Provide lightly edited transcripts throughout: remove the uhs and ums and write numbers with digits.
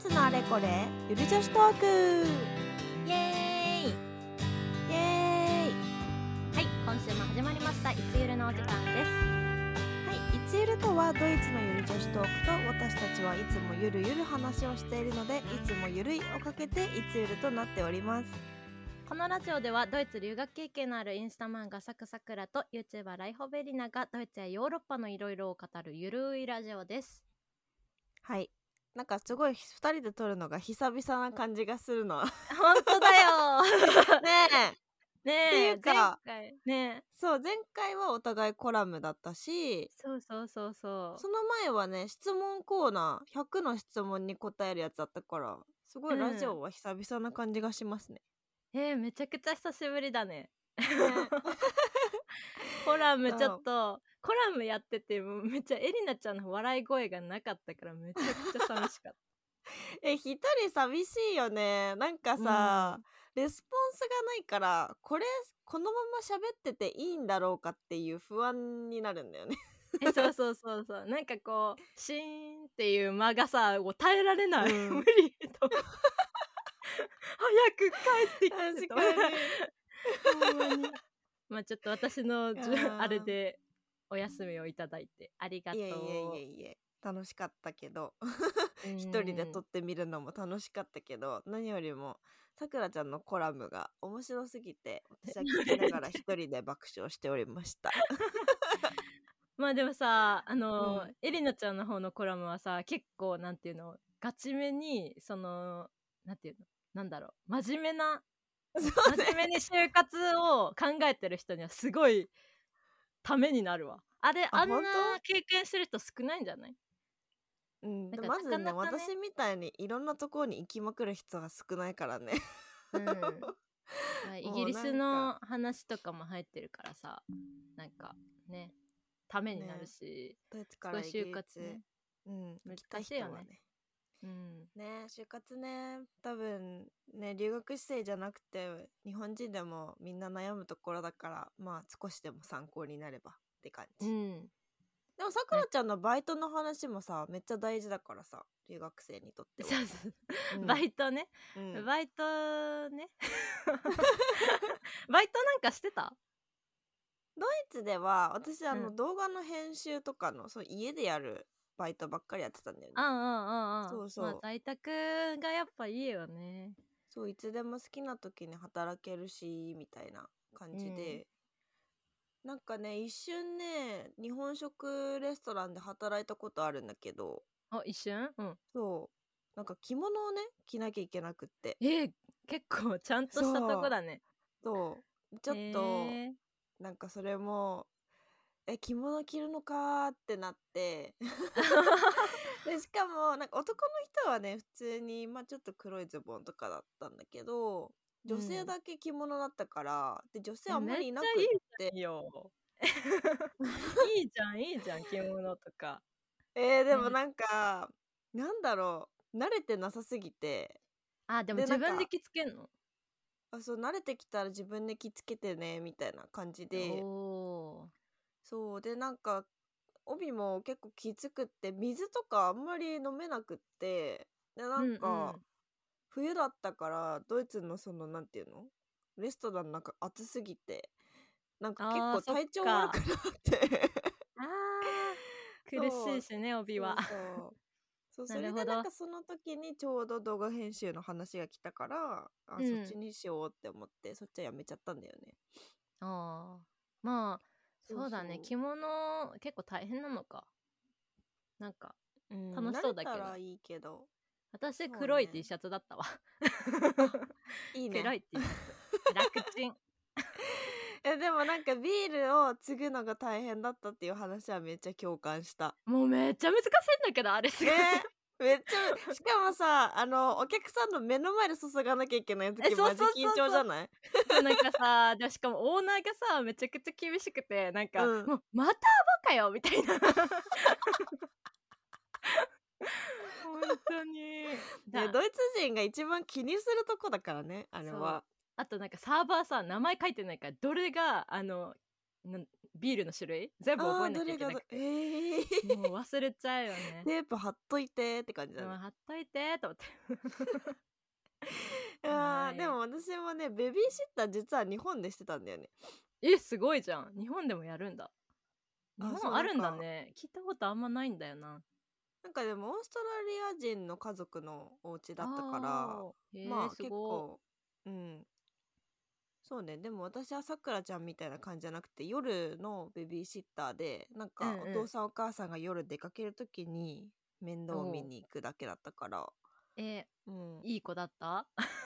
ツのあれこれゆる女子トークイエーイイエーイ。 はい、今週も始まりましたいつゆるのお時間です。 はい、いつゆるとはドイツのゆる女子トークと私たちはいつもゆるゆる話をしているのでいつもゆるいをかけていつゆるとなっております。 このラジオではドイツ留学経験のあるインスタ漫画サクサクラと YouTuber ライホベリナがドイツやヨーロッパのいろいろを語るゆるいラジオです。 はい、なんかすごい2人で撮るのが久々な感じがするの本当だよねねっていえうか前回ねそう前回はお互いコラムだったしそうその前はね質問コーナー100の質問に答えるやつだったからすごいラジオは久々な感じがしますね。 めちゃくちゃ久しぶりだねねコラムちょっとコラムやっててもうめっちゃエリナちゃんの笑い声がなかったからめちゃくちゃ寂しかった一人寂しいよね。なんかさ、レスポンスがないからこのまま喋ってていいんだろうかっていう不安になるんだよねそうなんかこうシーンっていう間がさ耐えられない、 うん無理と早く帰ってきてと確かにほんまにまあちょっと私のあれでお休みをいただいてありがとう。 いえ楽しかったけど一人で撮ってみるのも楽しかったけど何よりもさくらちゃんのコラムが面白すぎて私は聞きながら一人で爆笑しておりましたまあでもさうんエリナちゃんの方のコラムはさ結構なんていうのガチめにそのなんていうのなんだろう真面目に就活を考えてる人にはすごいためになるわ。あん本な経験してる人少ないんじゃない？ うんなんかまずねなかなかね私みたいにいろんなところに行きまくる人が少ないからねまあ、イギリスの話とかも入ってるからさなんかねためになるし、 ドイツからイギリス就活ね行きたい難しいよね。 人はねね就活ね多分ね留学生じゃなくて日本人でもみんな悩むところだからまあ少しでも参考になればって感じ、でもさくらちゃんのバイトの話もさめっちゃ大事だからさ留学生にとってはバイトね、バイトなんかしてた？ ドイツでは私動画の編集とかのそう家でやるバイトばっかりやってたんだよね。そうまあ在宅がやっぱいいよね。 そういつでも好きな時に働けるしみたいな感じで、なんかね一瞬ね日本食レストランで働いたことあるんだけど一瞬そうなんか着物をね着なきゃいけなくって結構ちゃんとしたとこだね。 そうちょっとなんかそれも着物着るのかってなってでしかもなんか男の人はね普通にまあちょっと黒いズボンとかだったんだけど女性だけ着物だったから、で女性あんまりいなくっていいじゃん着物とかでもなんか、なんだろう慣れてなさすぎてでも自分で着付けんの？ そう慣れてきたら自分で着付けてねみたいな感じでそうでなんか帯も結構きつくって水とかあんまり飲めなくってでなんか、冬だったからドイツのそのなんていうのレストランなんか暑すぎてなんか結構体調悪くなって苦しいしね帯はそうそれでなんかその時にちょうど動画編集の話が来たからそっちにしようって思ってそっちはやめちゃったんだよね。 まあそうだね着物結構大変なのかなんか楽しそうだけど、 慣れたらいいけど私黒い T シャツだったわいいね黒い T シャツ楽ちんでもなんかビールを継ぐのが大変だったっていう話はめっちゃ共感した。 もうめっちゃ難しいんだけどあれすごいめっちゃしかもさお客さんの目の前で注がなきゃいけない時マジ緊張じゃない？ なんかさでしかもオーナーがさめちゃくちゃ厳しくてなんか、もうまたバカよみたいな本当にドイツ人が一番気にするとこだからねあれは。 あとなんかサーバーさ名前書いてないからどれがビールの種類全部覚えなきゃいけなくて、もう忘れちゃうよね。 テープ貼っといてって感じだね。 貼っといてと思ってでも私もねベビーシッター実は日本でしてたんだよね。 すごいじゃん。日本でもやるんだ。日本あるんだね。聞いたことあんまないんだよな。 なんかでもオーストラリア人の家族のお家だったからまあ結構そうね。でも私はさくらちゃんみたいな感じじゃなくて夜のベビーシッターでなんかお父さんお母さんが夜出かける時に面倒を見に行くだけだったから。 いい子だった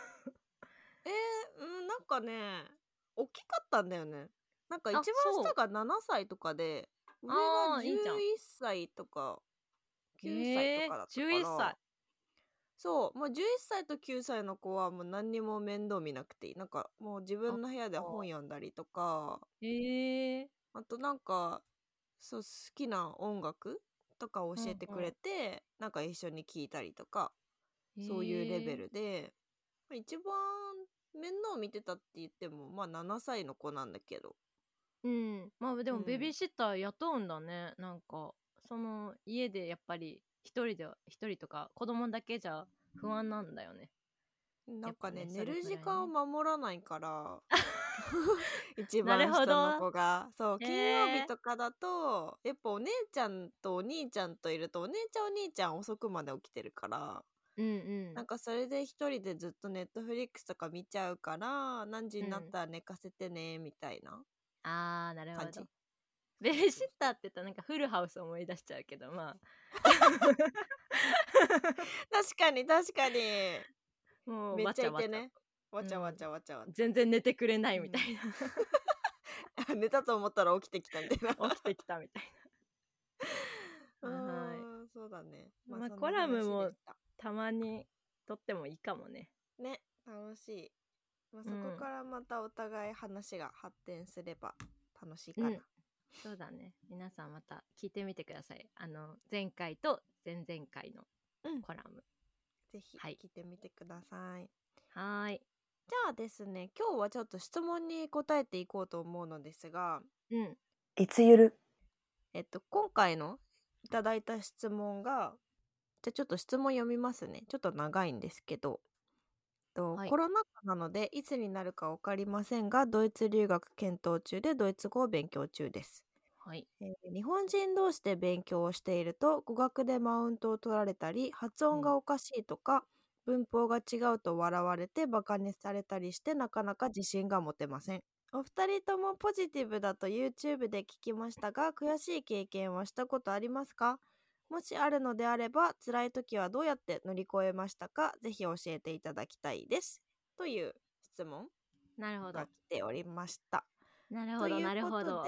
なんかね大きかったんだよね。なんか一番下が7歳とかで上が11歳とか9歳とかだったから、 11歳そうもう11歳と9歳の子はもう何にも面倒見なくていい。なんかもう自分の部屋で本読んだりとか、あとなんかそう好きな音楽とか教えてくれて、なんか一緒に聴いたりとか、そういうレベルで一番面倒見てたって言ってもまあ7歳の子なんだけど、 まあでもベビーシッター雇うんだね。なんかその家でやっぱり一人とか子供だけじゃ不安なんだよね。 なんかね寝る時間を守らないから一番下の子がそう金曜日とかだとやっぱお姉ちゃんとお兄ちゃんといるとお姉ちゃんお兄ちゃん遅くまで起きてるから、なんかそれで一人でずっとネットフリックスとか見ちゃうから何時になったら寝かせてねみたいななるほど。ベビーシッターって言ったらなんかフルハウス思い出しちゃうけどまあ確かにもうめっちゃいてねわちゃわちゃわちゃわちゃ全然寝てくれないみたいな、寝たと思ったら起きてきたみたいな起きてきたみたいなそうだね。 まあコラムもたまに撮ってもいいかもね。 ね楽しい。そこからまたお互い話が発展すれば楽しいかな。 そうだね。皆さんまた聞いてみてください。前回と前々回のコラム、 ぜひ聞いてみてください。 はい。 じゃあですね、今日はちょっと質問に答えていこうと思うのですが、 いつゆる今回のいただいた質問が、じゃあちょっと質問読みますね。ちょっと長いんですけど、コロナ禍なのでいつになるか分かりませんが、ドイツ留学検討中でドイツ語を勉強中です。日本人同士で勉強をしていると語学でマウントを取られたり発音がおかしいとか、文法が違うと笑われてバカにされたりしてなかなか自信が持てません。お二人ともポジティブだと YouTube で聞きましたが、悔しい経験はしたことありますか？もしあるのであれば辛い時はどうやって乗り越えましたか？ぜひ教えていただきたいですという質問が来ておりました。 なるほどなるほど。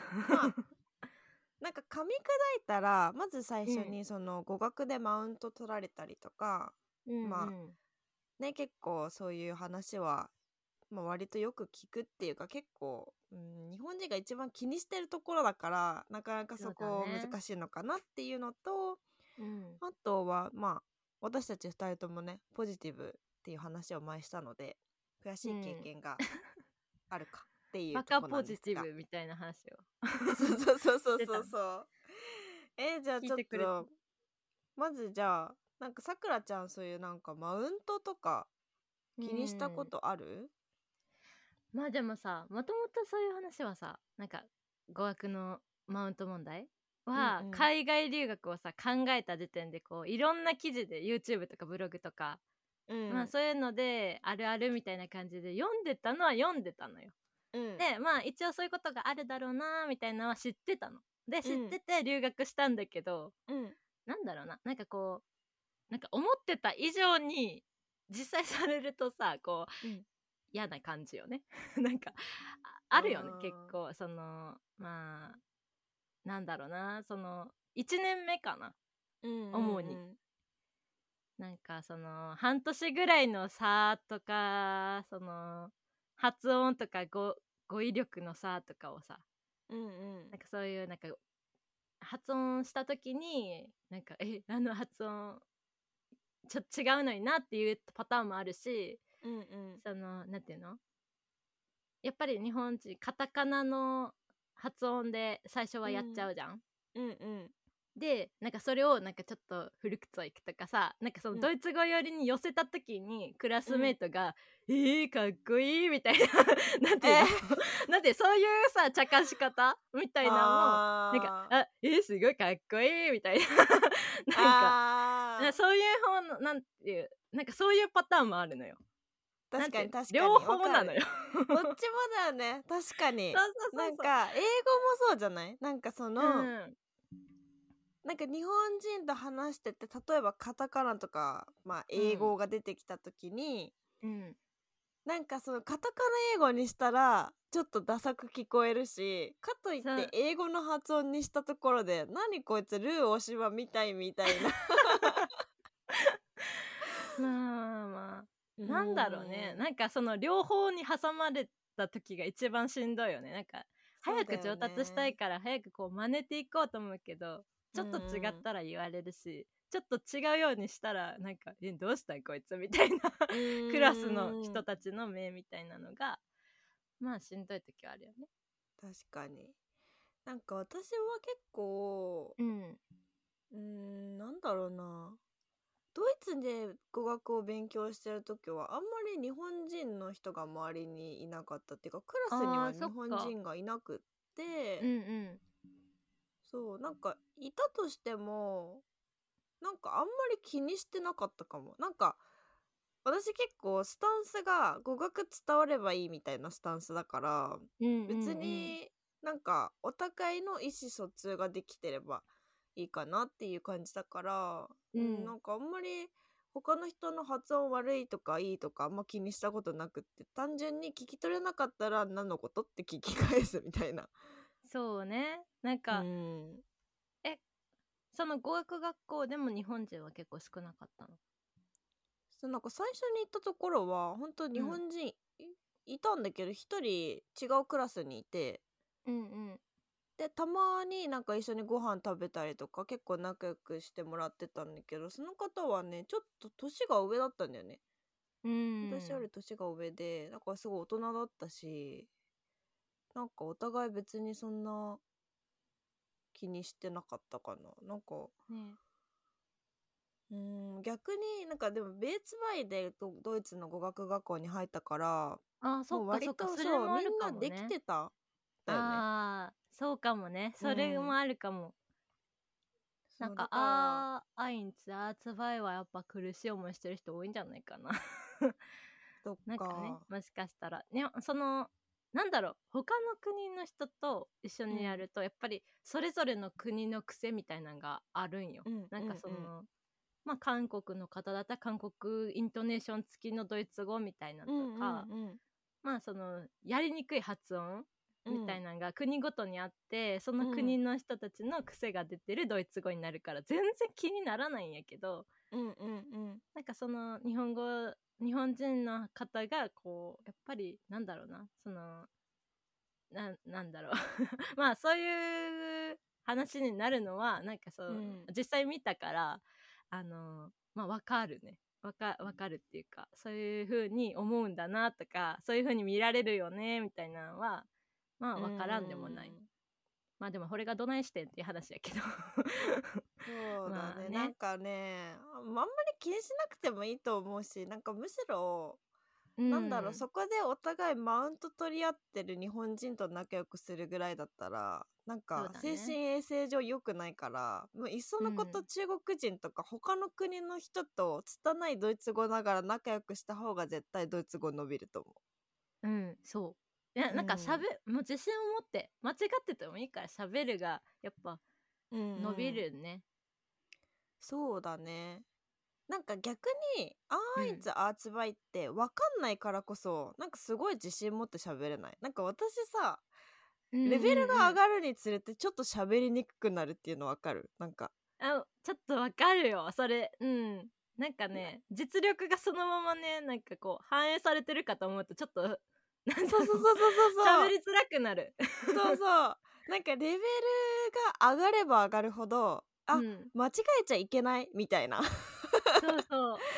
なんか噛み砕いたらまず最初にその語学でマウント取られたりとか、結構そういう話は、割とよく聞くっていうか結構、日本人が一番気にしてるところだからなかなかそこ難しいのかなっていうのと、あとは私たち2人ともねポジティブっていう話を前したので悔しい経験があるかっていうところなんですが、 バカポジティブみたいな話をそうじゃあちょっとまずじゃあなんかさくらちゃんそういうなんかマウントとか気にしたことある？ まあでもさ、もともとそういう話はさ、なんか語学のマウント問題は、海外留学をさ考えた時点でこういろんな記事で YouTube とかブログとか、そういうのであるあるみたいな感じで読んでたのよ。で一応そういうことがあるだろうなみたいなのは知ってたので、知ってて留学したんだけど、なんだろうな、なんかこうなんか思ってた以上に実際されるとさこう、嫌な感じよねなんかあるよね結構。そのなんだろうな、その1年目かな、主になんかその半年ぐらいの差とか、その発音とか語彙力の差とかをさ、なんかそういうなんか発音した時になんか発音ちょっと違うのになっていうパターンもあるし、そのなんていうの、やっぱり日本人カタカナの発音で最初はやっちゃうじゃん、 うんうんでなんかそれをなんかちょっとフルクツォイクとかさ、なんかそのドイツ語寄りに寄せた時にクラスメイトがかっこいいみたいななんていうの、なんてそういうさ茶化し方みたいなのもなんかすごいかっこいいみたいななんかそういう方のなんていうなんかそういうパターンもあるのよ。 確かに確かに両方なのよどっちもだよね確かに。 そうなんか英語もそうじゃない？なんかその、なんか日本人と話してて例えばカタカナとか、まあ、英語が出てきた時に、なんかそのカタカナ英語にしたらちょっとダサく聞こえるし、かといって英語の発音にしたところで何こいつルー大柴みたいみたいなまあなんだろうね、なんかその両方に挟まれた時が一番しんどいよね。なんか早く上達したいから早くこう真似ていこうと思うけど、ちょっと違ったら言われるし、ちょっと違うようにしたらなんかどうしたんこいつみたいなクラスの人たちの目みたいなのがまあしんどい時はあるよね。 確かに。なんか私は結構なんだろうな、ドイツで語学を勉強してる時はあんまり日本人の人が周りにいなかったっていうか、クラスには日本人がいなくって、そうなんかいたとしてもなんかあんまり気にしてなかったかも。なんか私結構スタンスが語学伝わればいいみたいなスタンスだから、別になんかお互いの意思疎通ができてればいいかなっていう感じだから、なんかあんまり他の人の発音悪いとかいいとかあんま気にしたことなくって、単純に聞き取れなかったら何のことって聞き返すみたいな。 そうね。なんか、その語学学校でも日本人は結構少なかったの？ なんか最初に行ったところは本当日本人、いたんだけど一人違うクラスにいて、でたまになんか一緒にご飯食べたりとか結構仲良くしてもらってたんだけど、その方はねちょっと年が上だったんだよね。私より年が上で、だからすごい大人だったし、なんかお互い別にそんな気にしてなかったかな。なんか逆になんかでもベーツバイでドイツの語学学校に入ったから、 そっかそっか、それもあるかもね。 みんなできてただよね。 そうかもね、それもあるかも。なんかアインツアーツバイはやっぱ苦しい思いしてる人多いんじゃないかななんかね、もしかしたらね、そのなんだろう、他の国の人と一緒にやると、やっぱりそれぞれの国の癖みたいなのがあるんよ。なんかそのまあ韓国の方だったら韓国イントネーション付きのドイツ語みたいなのとか、まあそのやりにくい発音みたいなのが国ごとにあって、その国の人たちの癖が出てるドイツ語になるから全然気にならないんやけど、なんかその日本人の方がこうやっぱりなんだろうな、そのなんだろうまあそういう話になるのはなんかそう、実際見たからまあ分かるね。分かるっていうか、そういう風に思うんだなとか、そういう風に見られるよねみたいなのはまあ分からんでもない。まあでもこれがどないしてんっていう話やけどそうだね、なんかねあんまり気にしなくてもいいと思うし、なんかむしろなんだろう、そこでお互いマウント取り合ってる日本人と仲良くするぐらいだったらなんか精神衛生上良くないから、もういっそのこと中国人とか他の国の人と拙いドイツ語ながら仲良くした方が絶対ドイツ語伸びると思う。そう。いやなんかもう自信を持って間違っててもいいから喋るがやっぱ伸びるね。 そうだね。なんか逆にアーインツアーツバイって分かんないからこそなんかすごい自信持って喋れない？なんか私さ、レベルが上がるにつれてちょっと喋りにくくなるっていうの分かる？なんかちょっと分かるよそれ。なんかね、実力がそのままねなんかこう反映されてるかと思うとちょっとそう喋りづらくなるそうなんかレベルが上がれば上がるほど間違えちゃいけないみたいなそう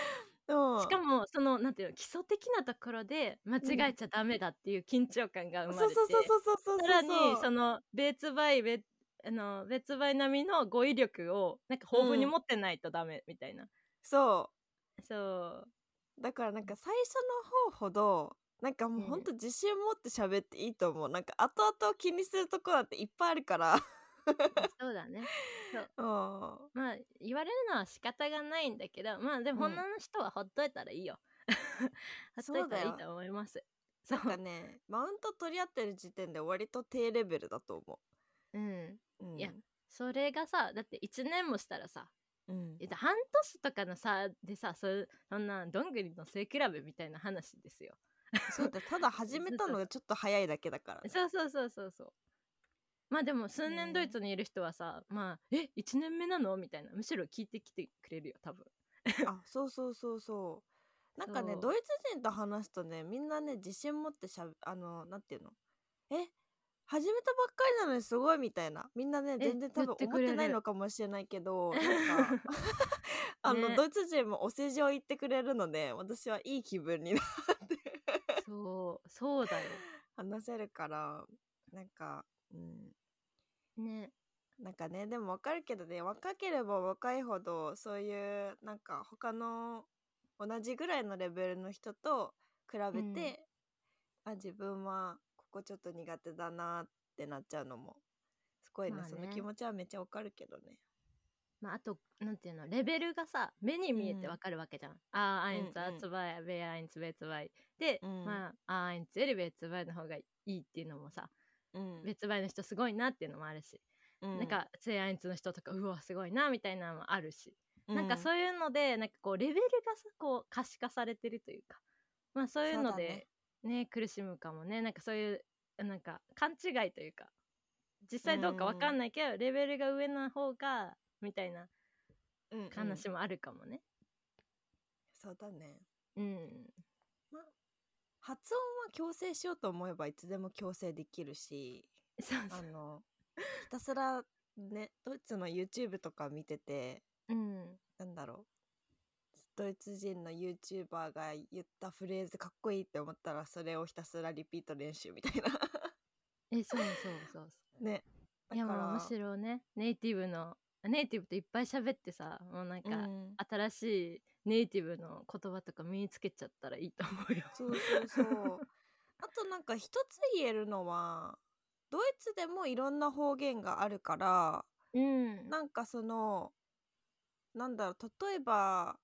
しかもそのなんていうの基礎的なところで間違えちゃダメだっていう緊張感が生まれて、さらにその別売並みの語彙力をなんか豊富に持ってないとダメみたいな、 そうだからなんか最初の方ほどなんかもうほんと自信持って喋っていいと思う。なんか後々気にするところだっていっぱいあるからそうだね。 そうまあ言われるのは仕方がないんだけど、まあでも女の人はほっといたらいいよ、ほっといたらいいと思います。 なんかねマウント取り合ってる時点で割と低レベルだと思う。いやそれがさだって1年もしたらさ、半年とかの差でさそんなどんぐりの背比べみたいな話ですよ。 そうだただ始めたのがちょっと早いだけだから、ね、 そうまあでも数年ドイツにいる人はさ、まあ1年目なのみたいなむしろ聞いてきてくれるよ多分あそうなんかねドイツ人と話すとねみんなね自信持ってなんていうの始めたばっかりなのにすごいみたいなみんなね全然多分思ってないのかもしれないけどなんかドイツ人もお世辞を言ってくれるので私はいい気分になってそうだよ話せるからなんかなんかねでも分かるけどね若ければ若いほどそういうなんか他の同じぐらいのレベルの人と比べて、自分はここちょっと苦手だなってなっちゃうのもすごいね、その気持ちはめっちゃ分かるけどね。 まあ、あとなんていうのレベルがさ目に見えてわかるわけじゃん。1 2 2 2で、まあ1より別売の方がいいっていうのもさ、別売の人すごいなっていうのもあるし、なんか1の人とかうわすごいなみたいなのもあるし、なんかそういうのでなんかこうレベルがさこう可視化されてるというか、まあそういうのでね苦しむかもね。なんかそういうなんか勘違いというか実際どうかわかんないけど、レベルが上の方がみたいな話もあるかもね。 そうだね。まあ発音は矯正しようと思えばいつでも矯正できるし、ひたすらねドイツの YouTube とか見てて、なんだろうドイツ人の YouTuber が言ったフレーズかっこいいって思ったらそれをひたすらリピート練習みたいなそうね。 いやもうむしろねネイティブといっぱい喋ってさもうなんか、新しいネイティブの言葉とか身につけちゃったらいいと思うよ。 そうあとなんか一つ言えるのはドイツでもいろんな方言があるから、なんかそのなんだろう例えば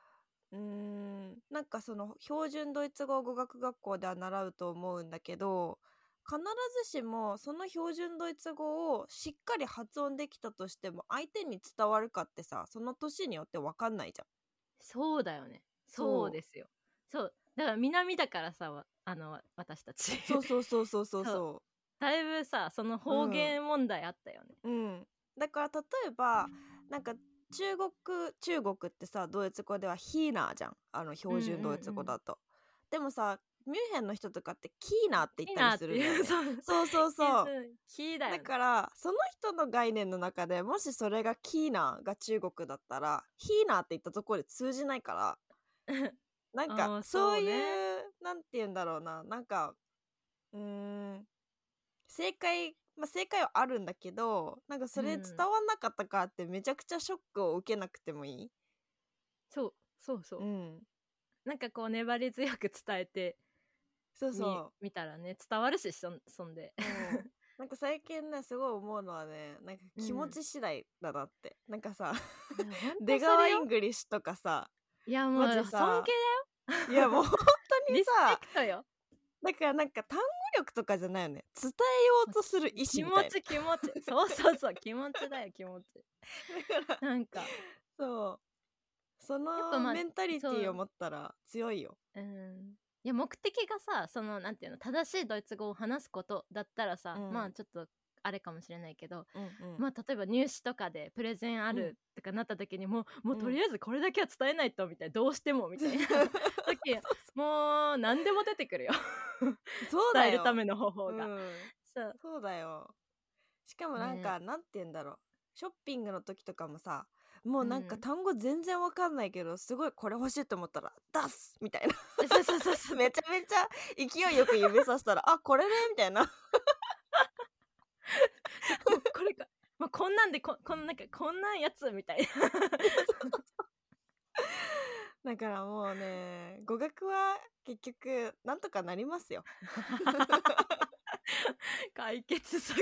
なんかその標準ドイツ語語学学校では習うと思うんだけど必ずしもその標準ドイツ語をしっかり発音できたとしても相手に伝わるかってさその年によって分かんないじゃん。 そうだよね。そうですよ。そうだから南だからさ私たちそうだいぶさその方言問題あったよね。 だから例えばなんか中国ってさドイツ語ではヒーナーじゃん標準ドイツ語だと、でもさミュンヘンの人とかってキーナーって言ったりするんだよね。そうだからその人の概念の中でもしそれがキーナーが中国だったらヒーナーって言ったところで通じないからなんかそういうなんて言うんだろうななんか正解はあるんだけどなんかそれ伝わんなかったかってめちゃくちゃショックを受けなくてもいい。 そうなんかこう粘り強く伝えて見たらね伝わるしそんでなんか最近ねすごい思うのはねなんか気持ち次第だなって、なんかさ出川イングリッシュとかさいやもう尊敬だよいやもう本当にさリスペクトよ。 だからなんか単語力とかじゃないよね伝えようとする意志みたいな気持ちそう気持ちだよ気持ちだからなんかそのメンタリティーを持ったら強いよ。 いや目的がさそのなんていうの正しいドイツ語を話すことだったらさ、まあちょっとあれかもしれないけど、まあ例えば入試とかでプレゼンあるとかなった時にもうとりあえずこれだけは伝えないとみたいなどうしてもみたいな時もう何でも出てくるよ伝えるための方法が、 そうだよ。しかもなんか、なんて言うんだろうショッピングの時とかもさもうなんか単語全然わかんないけど、すごいこれ欲しいと思ったら出すみたいな。 そうそうそうそうめちゃめちゃ勢いよく指さしたらあこれねみたいな。 これか、まあ、こんなんでこんなんかこんなんやつみたいな。 だからもうね、語学は結局なんとかなりますよ。 解決策。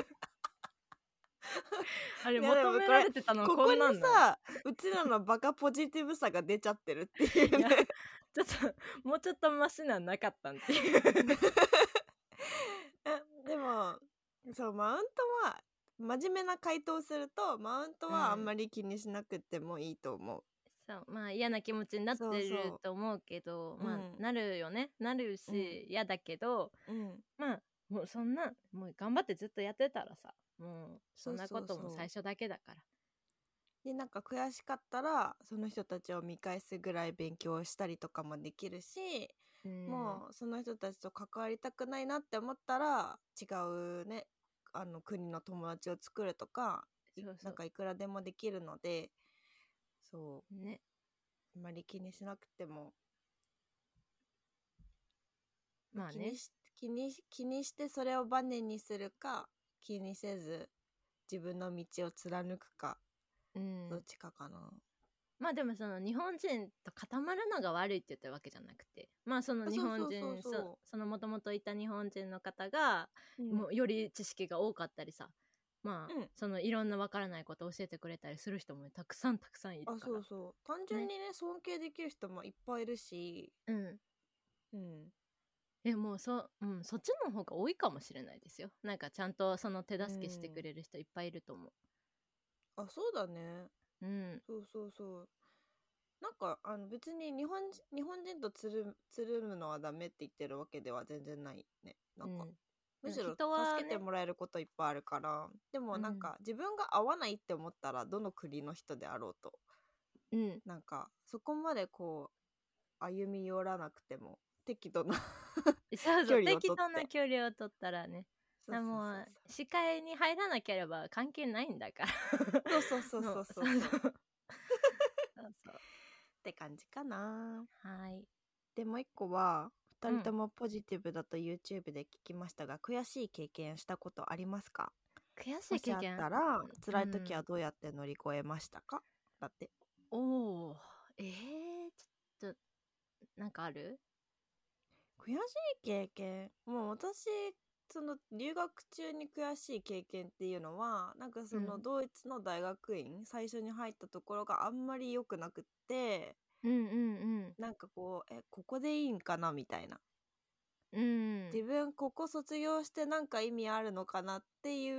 あれいやでも求められてたのはここにこんなんだ。 さ、うちらのバカポジティブさが出ちゃってるっていういやね。 ちょっともうちょっとマシなんなかったんっていう。 でもそうマウントは真面目な回答するとマウントはあんまり気にしなくてもいいと思う。 そうまあ嫌な気持ちになってそうるそうと思うけど、まあうんなるよね、なるし嫌だけど、 うんまあもうそんなもう頑張ってずっとやってたらさ、もうそんなことそうそうそうも最初だけだから。 でなんか悔しかったらその人たちを見返すぐらい勉強したりとかもできるし、もうその人たちと関わりたくないなって思ったら違うね国の友達を作るとかそうそうなんかいくらでもできるので、そうね、 あんまり気にしなくても、 まあね、 気にしてそれをバネにするか気にせず自分の道を貫くか、どっちかかな。 まあでもその日本人と固まるのが悪いって言ってるわけじゃなくて、まあその日本人そのもともといた日本人の方が、もうより知識が多かったりさ、まあ、そのいろんなわからないことを教えてくれたりする人もたくさんいるから。 そうそう単純にね尊敬できる人もいっぱいいるし、 もうそっちの方が多いかもしれないですよ。なんかちゃんとその手助けしてくれる人いっぱいいると思う。 あ、そうだね。そうそうそう。なんか別に日本人とつるむのはダメって言ってるわけでは全然ないね。なんか、むしろ助けてもらえることいっぱいあるから、でもなんか自分が合わないって思ったらどの国の人であろうと、なんかそこまでこう歩み寄らなくても適度な適度な距離を取ったらね、もう視界に入らなければ関係ないんだから。 そうって感じかな。 はい。 でもう一個は2人ともポジティブだと YouTube で聞きましたが、悔しい経験したことありますか？ 悔しい経験もしあったら辛い時はどうやって乗り越えましたか？だって。 おお、ちょっとなんかある？ 悔しい経験、もう私その留学中に悔しい経験っていうのはなんかそのドイツの大学院、最初に入ったところがあんまり良くなくって、なんかこうここでいいんかなみたいな、自分ここ卒業してなんか意味あるのかなっていう、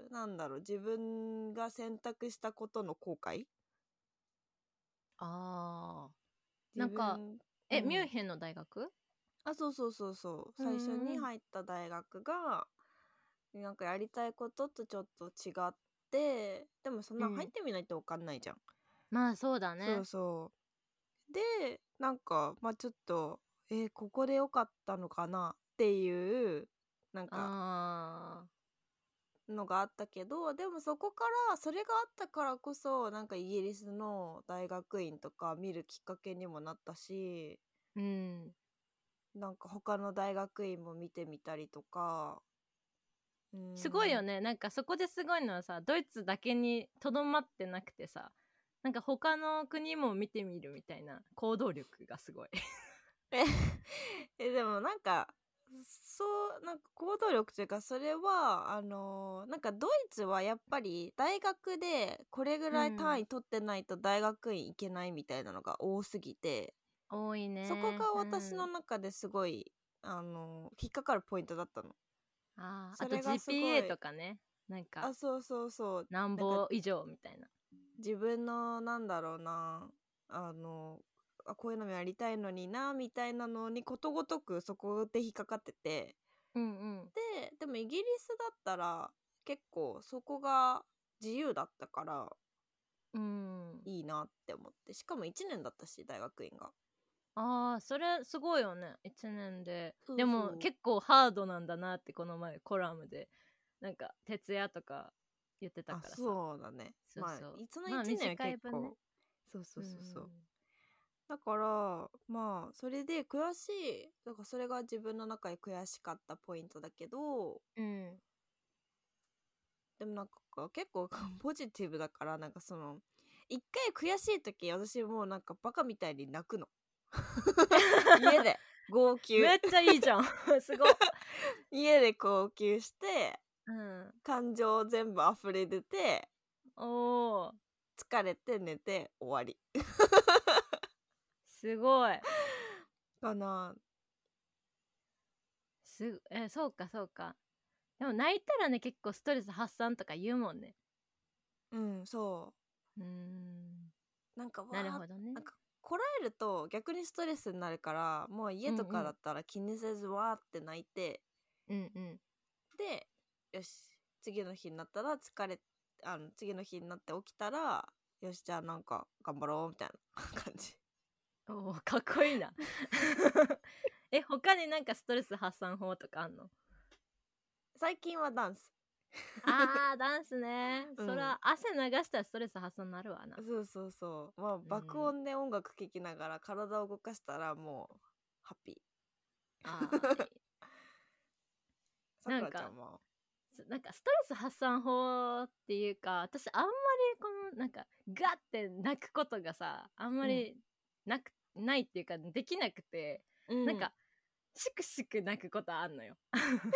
なんだろう、自分が選択したことの後悔。 なんかミュンヘンの大学？ そう最初に入った大学がなんかやりたいこととちょっと違って、でもそんな入ってみないと分かんないじゃん。 まあそうだね。 でなんかまあちょっとここでよかったのかなっていうなんかのがあったけど、でもそこからそれがあったからこそなんかイギリスの大学院とか見るきっかけにもなったし、なんか他の大学院も見てみたりとか。 すごいよね。なんかそこですごいのはさ、ドイツだけにとどまってなくてさ、なんか他の国も見てみるみたいな行動力がすごい。 でもなんかなんか行動力というか、それはなんかドイツはやっぱり大学でこれぐらい単位取ってないと大学院行けないみたいなのが多すぎて、 多いね。 そこが私の中ですごい引っかかるポイントだったの。 あと GPA とかね、なんかそう何歩以上みたいな、 自分のなんだろうなこういうのもやりたいのになみたいなのにことごとくそこで引っかかってて、でもイギリスだったら結構そこが自由だったから、いいなって思って、しかも1年だったし大学院が。 それすごいよね、1年で。でも結構ハードなんだなって、この前コラムでなんか徹夜とか言ってたからさ。 そうだね。 そうそう、 まあそのまあ 1年は短い分ね。 結構、そう、だからまあそれで悔しい、だからそれが自分の中で悔しかったポイントだけど、でもなんか結構ポジティブだから、なんかその一回悔しい時、私もうなんかバカみたいに泣くの家で号泣めっちゃいいじゃんすごい家で号泣して、 うん感情全部溢れ出て、 おー疲れて寝て終わりすごいかな。 そうかそうか。でも泣いたらね結構ストレス発散とか言うもんね。 そうなんかなるほどね。 なんかこらえると逆にストレスになるから、もう家とかだったら気にせずわーって泣いて、でよし次の日になったら次の日になって起きたら、よしじゃあなんか頑張ろうみたいな感じ。 おーかっこいいな他になんかストレス発散法とかあんの？ 最近はダンスダンスね、そら汗流したらストレス発散になるわな。 そうまあ爆音で音楽聴きながら体を動かしたらもうハッピーさくらちゃんはなんかストレス発散法っていうか、私あんまりこのなんかガッて泣くことがさあんまりないっていうかできなくて、なんかしくしく泣くことあんのよなんか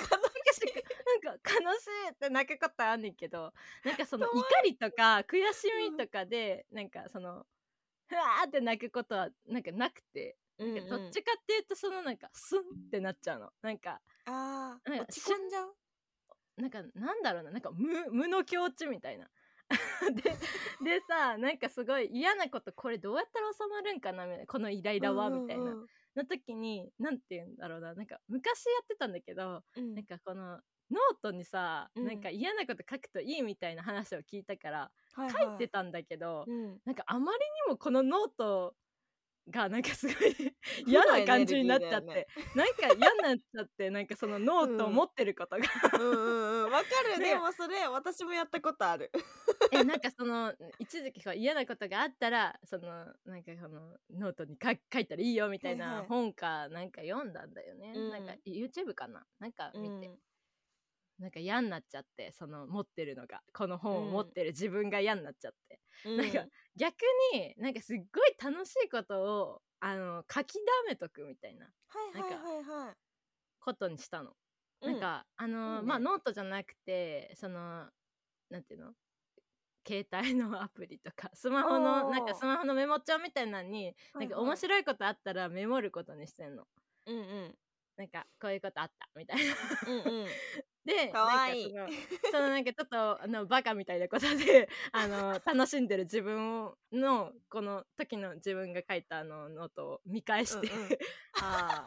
悲しいって泣くことあんねんけど、なんかその怒りとか悔しみとかでなんかそのふわーって泣くことはなんかなくて、なんかどっちかっていうとそのなんかスンってなっちゃうの。なんか落ち込んじゃう、 なんかなんだろうな、なんか無の境地みたいなでさ、なんかすごい嫌なこと、これどうやったら収まるんかなみたいな、このイライラはみたいなの時に、なんて言うんだろうな、なんか昔やってたんだけど、なんかこのノートにさ、なんか嫌なこと書くといいみたいな話を聞いたから書いてたんだけど、なんかあまりにもこのノートがなんかすごい嫌な感じになっちゃって、なんか嫌になっちゃって、なんかそのノートを持ってることがわかる、でもそれ私もやったことあるなんかその一時期嫌なことがあったらそのなんかこのノートに書いたらいいよみたいな本かなんか読んだんだよね、なんか YouTube かな、なんか見て、なんか嫌になっちゃって、その持ってるのがこの本を持ってる自分が嫌になっちゃって、なんか逆になんかすっごい楽しいことを書き溜めとくみたいな、なんかことにしたの、なんかまあノートじゃなくてそのなんていうの、携帯のアプリとかスマホのなんかスマホのメモ帳みたいなのに、なんか面白いことあったらメモることにしてんの。なんかこういうことあったみたいなで、なんかそのなんかちょっとバカみたいなことで楽しんでる自分のこの時の自分が書いたノートを見返して、ああ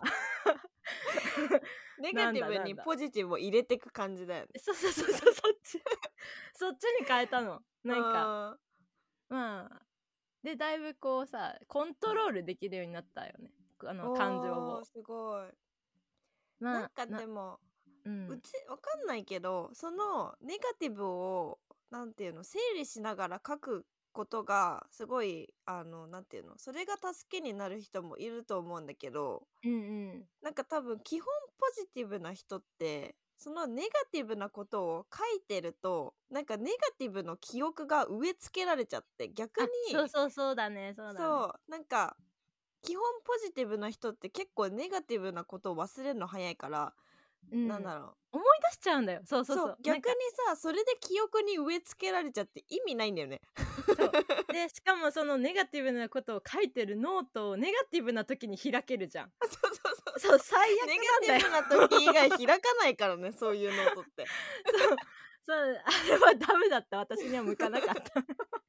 ネガティブにポジティブを入れてく感じだよね。 そうそっちに変えたの。なんかまあでだいぶこうさコントロールできるようになったよね、感情を。 すごい。なんかでもうちわかんないけど、そのネガティブをなんていうの整理しながら書くことがすごいなんていうの、それが助けになる人もいると思うんだけど、なんか多分基本ポジティブな人ってそのネガティブなことを書いてると、なんかネガティブの記憶が植え付けられちゃって、逆にそうだねなんか基本ポジティブな人って結構ネガティブなことを忘れるの早いから、なんだろう思い出しちゃうんだよ。そう逆にさ、それで記憶に植え付けられちゃって意味ないんだよねそうでしかもそのネガティブなことを書いてるノートをネガティブな時に開けるじゃん。そう最悪なんだよ。 ネガティブな時以外開かないからねそういうノートってそうあれはダメだった、私には向かなかった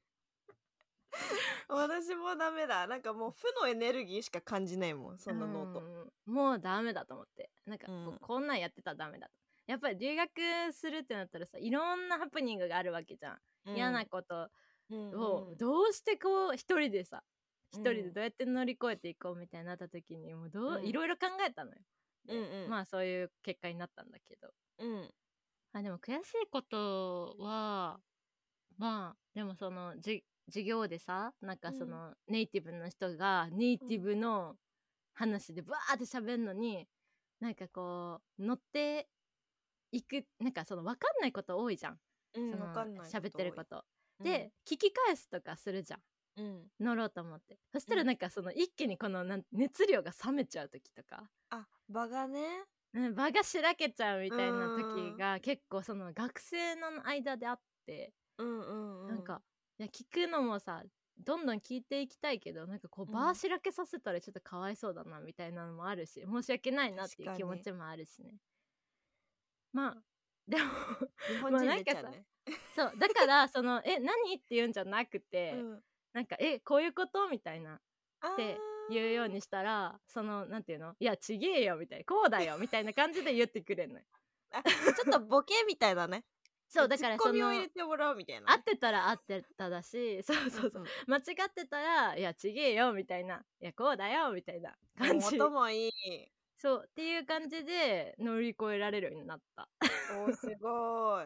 私もダメだ、なんかもう負のエネルギーしか感じないもんそのノート。 もうダメだと思って、なんかこんなんやってたらダメだと。やっぱり留学するってなったらさ、いろんなハプニングがあるわけじゃん、嫌なことをどうしてこう一人でどうやって乗り越えていこうみたいになった時にもういろいろ考えたのよ、まあそういう結果になったんだけど、 でも悔しいことはまあでもその授業でさなんかその、ネイティブの人がネイティブの話でバーって喋るのに、なんかこう乗っていくなんかその分かんないこと多いじゃん、その喋ってることで、聞き返すとかするじゃん、乗ろうと思って。そしたらなんかその一気にこの熱量が冷めちゃう時とか、 場がね、 場がしらけちゃうみたいな時が結構その学生の間であって、なんかいや聞くのもさどんどん聞いていきたいけど、なんかこう場しらけさせたらちょっとかわいそうだなみたいなのもあるし、申し訳ないなっていう気持ちもあるしね。まあでも日本人出ちゃうね。 そうだからその何って言うんじゃなくて、なんかこういうことみたいなって言うようにしたら、そのなんていうの、いやちげえよみたいな、こうだよみたいな感じで言ってくれるのよ。 ちょっとボケみたいだね。 そうだからツッコミを入れてもらうみたいな、 合ってたら合ってただし、そう間違ってたらいやちげえよみたいな、いやこうだよみたいな感じ、 音もいい、 そうっていう感じで乗り越えられるようになった。 すごい。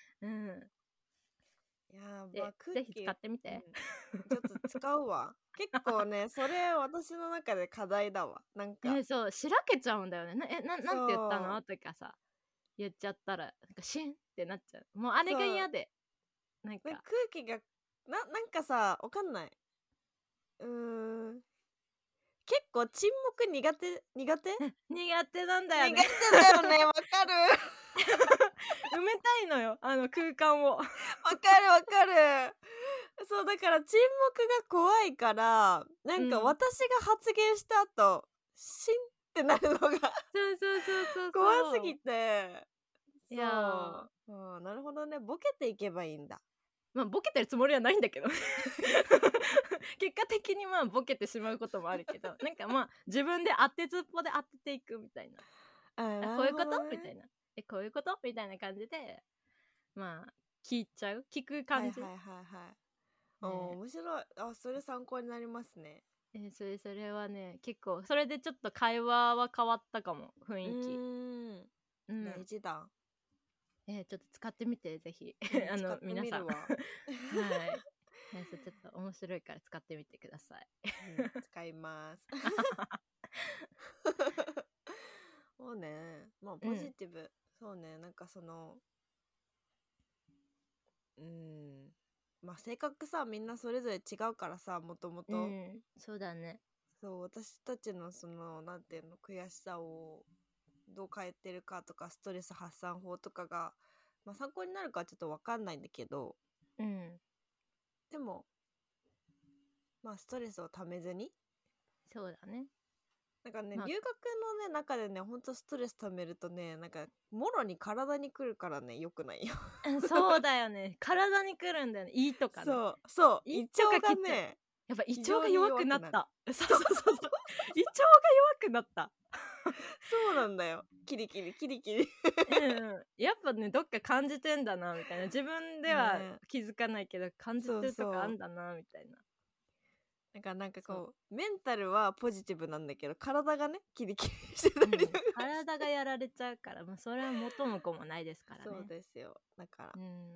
いやぜひ使ってみて、 ちょっと使うわ。結構ねそれ私の中で課題だわ。なんかそうしらけちゃうんだよね。なんて言ったのとかさ言っちゃったらなんかシンってなっちゃう。もうあれが嫌で、なんか空気がなんかさわかんない。結構沈黙苦手苦手なんだよね。苦手だよね。わかる。 埋めたいのよ、あの空間を。わかる。そうだから沈黙が怖いから、なんか私が発言した後、シンってなるのがそう怖すぎて。いやなるほどね。ボケていけばいいんだ。 まあボケてるつもりはないんだけど結果的にまあボケてしまうこともあるけど、なんかまあ自分で当てずっぽで当てていくみたいな、こういうこと、みたいな、こういうことみたいな感じでまあ聞く感じ。 面白い。それ参考になりますね。 それはね結構それでちょっと会話は変わったかも、雰囲気。 大事だ。 ちょっと使ってみてぜひ皆さんはいちょっと面白いから使ってみてください。 使いますもうね、まあポジティブ、そうね、なんかそのまあ性格さみんなそれぞれ違うからさ、もともとそうだね。 そう私たちのそのなんていうの悔しさをどう変えてるかとかストレス発散法とかが、まあ、参考になるかはちょっと分かんないんだけど、でもまあストレスをためずに、 そうだね。 なんかね、留学のね中でねほんとストレスためるとね、なんかもろに体にくるからね、よくないよそうだよね、体にくるんだよね、胃とかね。 そう胃腸がね、 やっぱ胃腸が弱くなった。そう胃腸が弱くなったそうなんだよ、キリキリやっぱねどっか感じてんだなみたいな、自分では気づかないけど感じてるとかあんだなみたいな。 なんかこうメンタルはポジティブなんだけど体がねキリキリしてたり、 体がやられちゃうから、それは元も子もないですからね。 そうですよ。だから、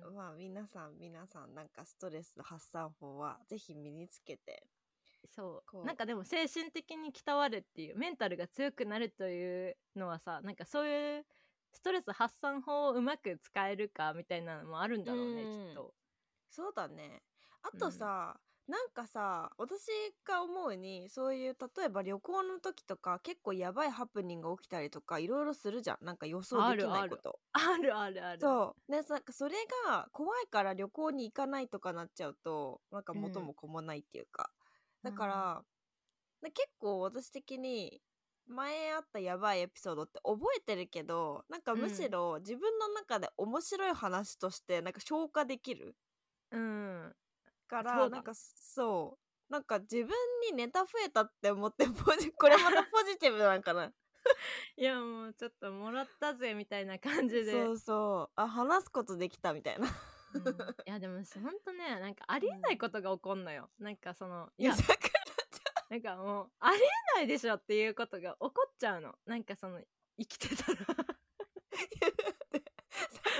まあ皆さんなんかストレス発散法はぜひ身につけて、 そうなんかでも精神的に鍛わるっていう、メンタルが強くなるというのはさ、なんかそういうストレス発散法をうまく使えるかみたいなのもあるんだろうね、きっと。 そうだね。あとさ、なんかさ私が思うに、そういう例えば旅行の時とか結構やばいハプニングが起きたりとかいろいろするじゃん、なんか予想できないこと。 あるそうで、なんかそれが怖いから旅行に行かないとかなっちゃうと、なんか元も子もないっていうか、だから結構私的に前あったやばいエピソードって覚えてるけど、なんかむしろ自分の中で面白い話としてなんか消化できるからなんかそうなんか自分にネタ増えたって思ってこれまたポジティブなんかないやもうちょっともらったぜみたいな感じで、 話すことできたみたいな、いやでもほんとね、なんかありえないことが起こんのよ、なんかそのなんかもうありえないでしょっていうことが起こっちゃうの、なんかその生きてたらさくらち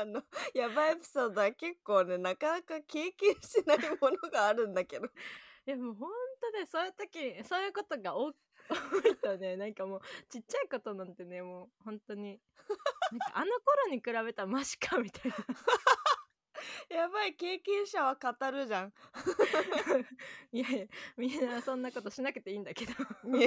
やばいエピソードは結構ね、なかなか経験しないものがあるんだけど。 いやもうほんとね、そういう時そういうことが多いとね、なんかもうちっちゃいことなんてね、もうほんとになんかあの頃に比べたらマシかみたいな。 やばい、経験者は語るじゃん。 いやいや、みんなそんなことしなくていいんだけど。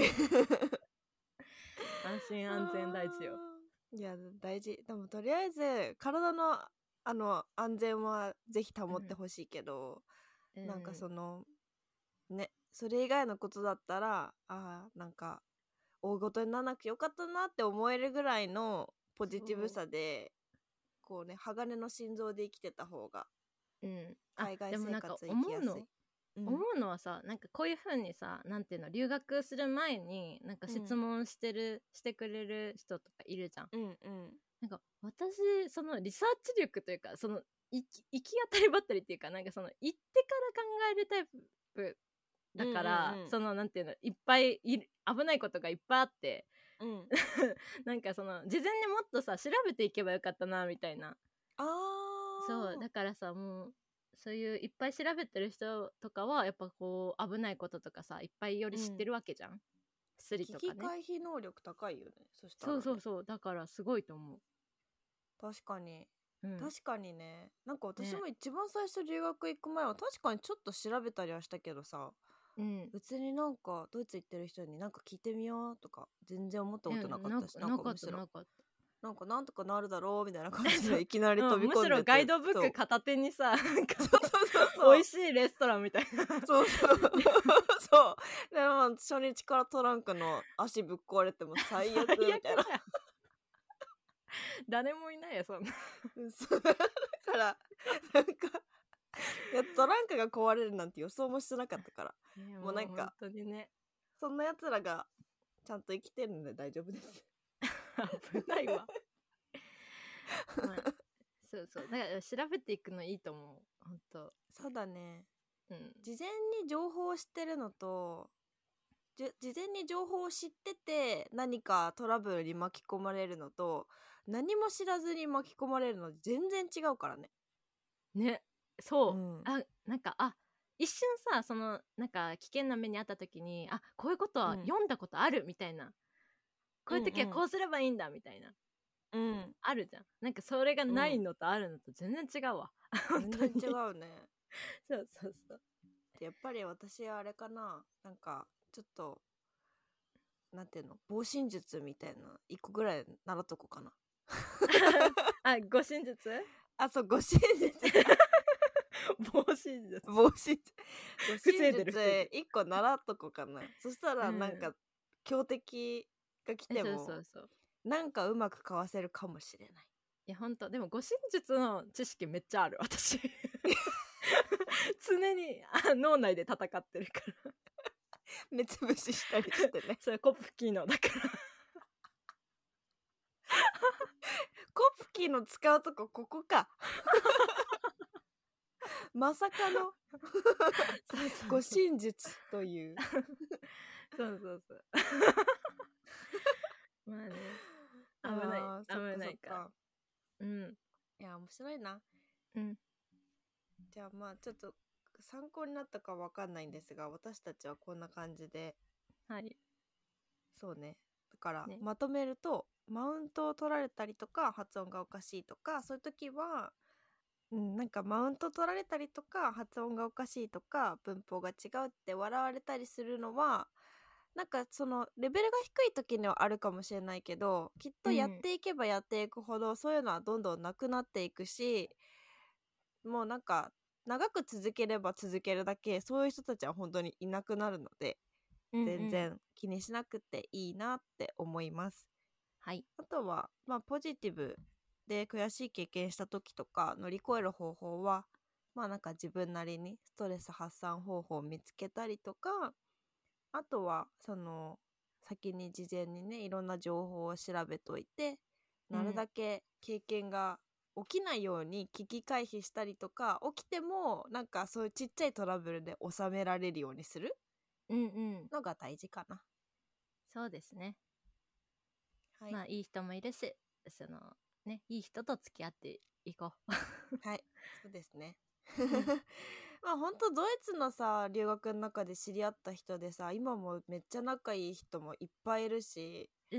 安心安全大事よ。 いや、大事。でもとりあえず体の安全はぜひ保ってほしいけど、なんかそのね、それ以外のことだったらなんか大ごとにならなくてよかったなって思えるぐらいのポジティブさでこうね、鋼の心臓で生きてた方が海外生活生きやすい。 思うのはさ、なんかこういう風にさ、なんていうの、留学する前になんか質問してくれる人とかいるじゃん。なんか私そのリサーチ力というか、その行き当たりばったりっていうか、なんかその行ってから考えるタイプだから、そのなんていうの、いっぱい危ないことがいっぱいあって、なんかその事前にもっとさ調べていけばよかったなみたいな。そうだからさ、もうそういういっぱい調べてる人とかはやっぱこう危ないこととかさいっぱいより知ってるわけじゃん。スリとかね。 危機回避能力高いよね。そしたらね。 そうだからすごいと思う。 確かに、確かにね。なんか私も一番最初留学行く前は確かにちょっと調べたりはしたけどさ、別になんかドイツ行ってる人になんか聞いてみようとか全然思ったことなかったし、なんかむしろなんかなんとかなるだろうみたいな感じでいきなり飛び込んでて、 むしろガイドブック片手にさ、なんか美味しいレストランみたいな。 そうでも初日からトランクの足ぶっ壊れても最悪みたいな。 誰もいないよそんな。 だからなんかトランクが壊れるなんて予想もしてなかったから、もうなんか本当にね、 そんなやつらがちゃんと生きてるので大丈夫です。 危ないわ。そうだから調べていくのいいと思う。本当そうだね。事前に情報を知ってるのと事前に情報を知ってて何かトラブルに巻き込まれるのと何も知らずに巻き込まれるの全然違うからね。 ね、そう、なんか一瞬さ、そのなんか危険な目にあった時にこういうことは読んだことあるみたいな、こういう時はこうすればいいんだみたいな、あるじゃん。なんかそれがないのとあるのと全然違うわ。 全然違うね。 そうやっぱり私あれかな、なんかちょっとなんていうの、防身術みたいな1個ぐらい習っとこうかな。 護身術？ そう、護身術防身術 1個習っとこうかな。そしたらなんか強敵が来てもなんかうまくかわせるかもしれない。 いやほんと、でも護身術の知識めっちゃある私。常に脳内で戦ってるから目つぶししたりしてね。 それコプキーノだからコプキーノ使うとここか。まさかの護身術というそうまあね、危ないから。 いや面白いな。じゃあまあちょっと参考になったかわかんないんですが、私たちはこんな感じで、そうね、だから、まとめるとマウントを取られたりとか発音がおかしいとか、そういう時はなんかマウント取られたりとか発音がおかしいとか文法が違うって笑われたりするのはなんかそのレベルが低い時にはあるかもしれないけど、きっとやっていけばやっていくほどそういうのはどんどんなくなっていくし、もうなんか長く続ければ続けるだけそういう人たちは本当にいなくなるので、全然気にしなくていいなって思います。あとはまあポジティブで悔しい経験した時とか乗り越える方法はまあなんか自分なりにストレス発散方法を見つけたりとか、あとはその先に事前にねいろんな情報を調べといて、なるだけ経験が起きないように危機回避したりとか、起きてもなんかそういうちっちゃいトラブルで収められるようにするのが大事かな。 そうですね。まあいい人もいるし、そのね、いい人と付き合っていこう。 はい、そうですね。 うんまあほんとドイツのさ留学の中で知り合った人でさ、今もめっちゃ仲いい人もいっぱいいるし、 うん。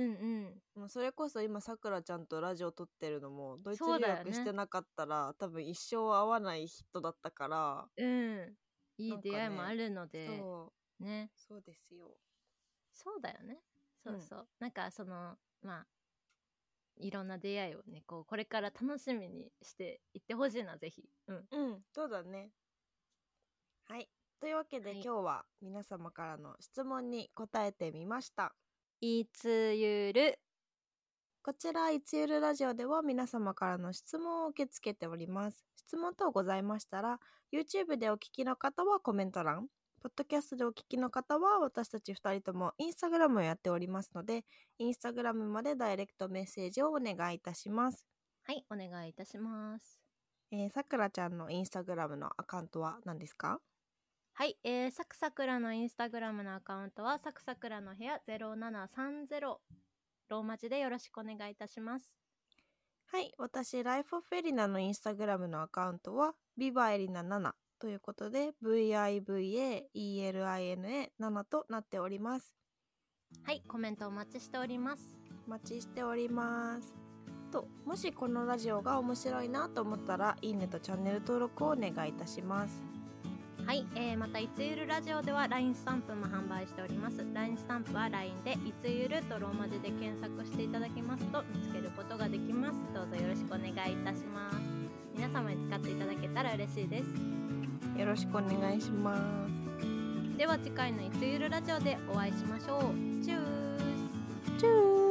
もうそれこそ今さくらちゃんとラジオ撮ってるのもドイツ留そうだよね学してなかったら、多分一生会わない人だったから、 うん。いないんかね出会いもあるので、 そうね。 そうですよ。 そうだよね。そうそう。なんかその、まあ、いろんな出会いをね、これから楽しみにしていってほしいな、ぜひ。うん。 そうだね。はい。というわけで、 はい今日は皆様からの質問に答えてみました。 いつゆる。 こちら、いつゆるラジオでは皆様からの質問を受け付けております。質問等ございましたら、YouTube でお聞きの方はコメント欄、ポッドキャストでお聞きの方は私たち2人ともインスタグラムをやっておりますので、インスタグラムまでダイレクトメッセージをお願いいたします。 はい、お願いいたします。 さくらちゃんのインスタグラムのアカウントは何ですか？ はい、サクサクラのインスタグラムのアカウントはサクサクラの部屋0730、ローマ字でよろしくお願いいたします。 はい、私、ライフオフエリナのインスタグラムのアカウントは、ビバエリナ7ということで、VIVAELINA7 となっております。 はい、コメントお待ちしております。 お待ちしております。と、もしこのラジオが面白いなと思ったら、いいねとチャンネル登録をお願いいたします。 はい、またいつゆるラジオでは LINE スタンプも販売しております。 LINE スタンプは LINE でいつゆるとローマ字で検索していただきますと見つけることができます。どうぞよろしくお願いいたします。皆様に使っていただけたら嬉しいです。 よろしくお願いします。 では次回のいつゆるラジオでお会いしましょう。チュース。 チュー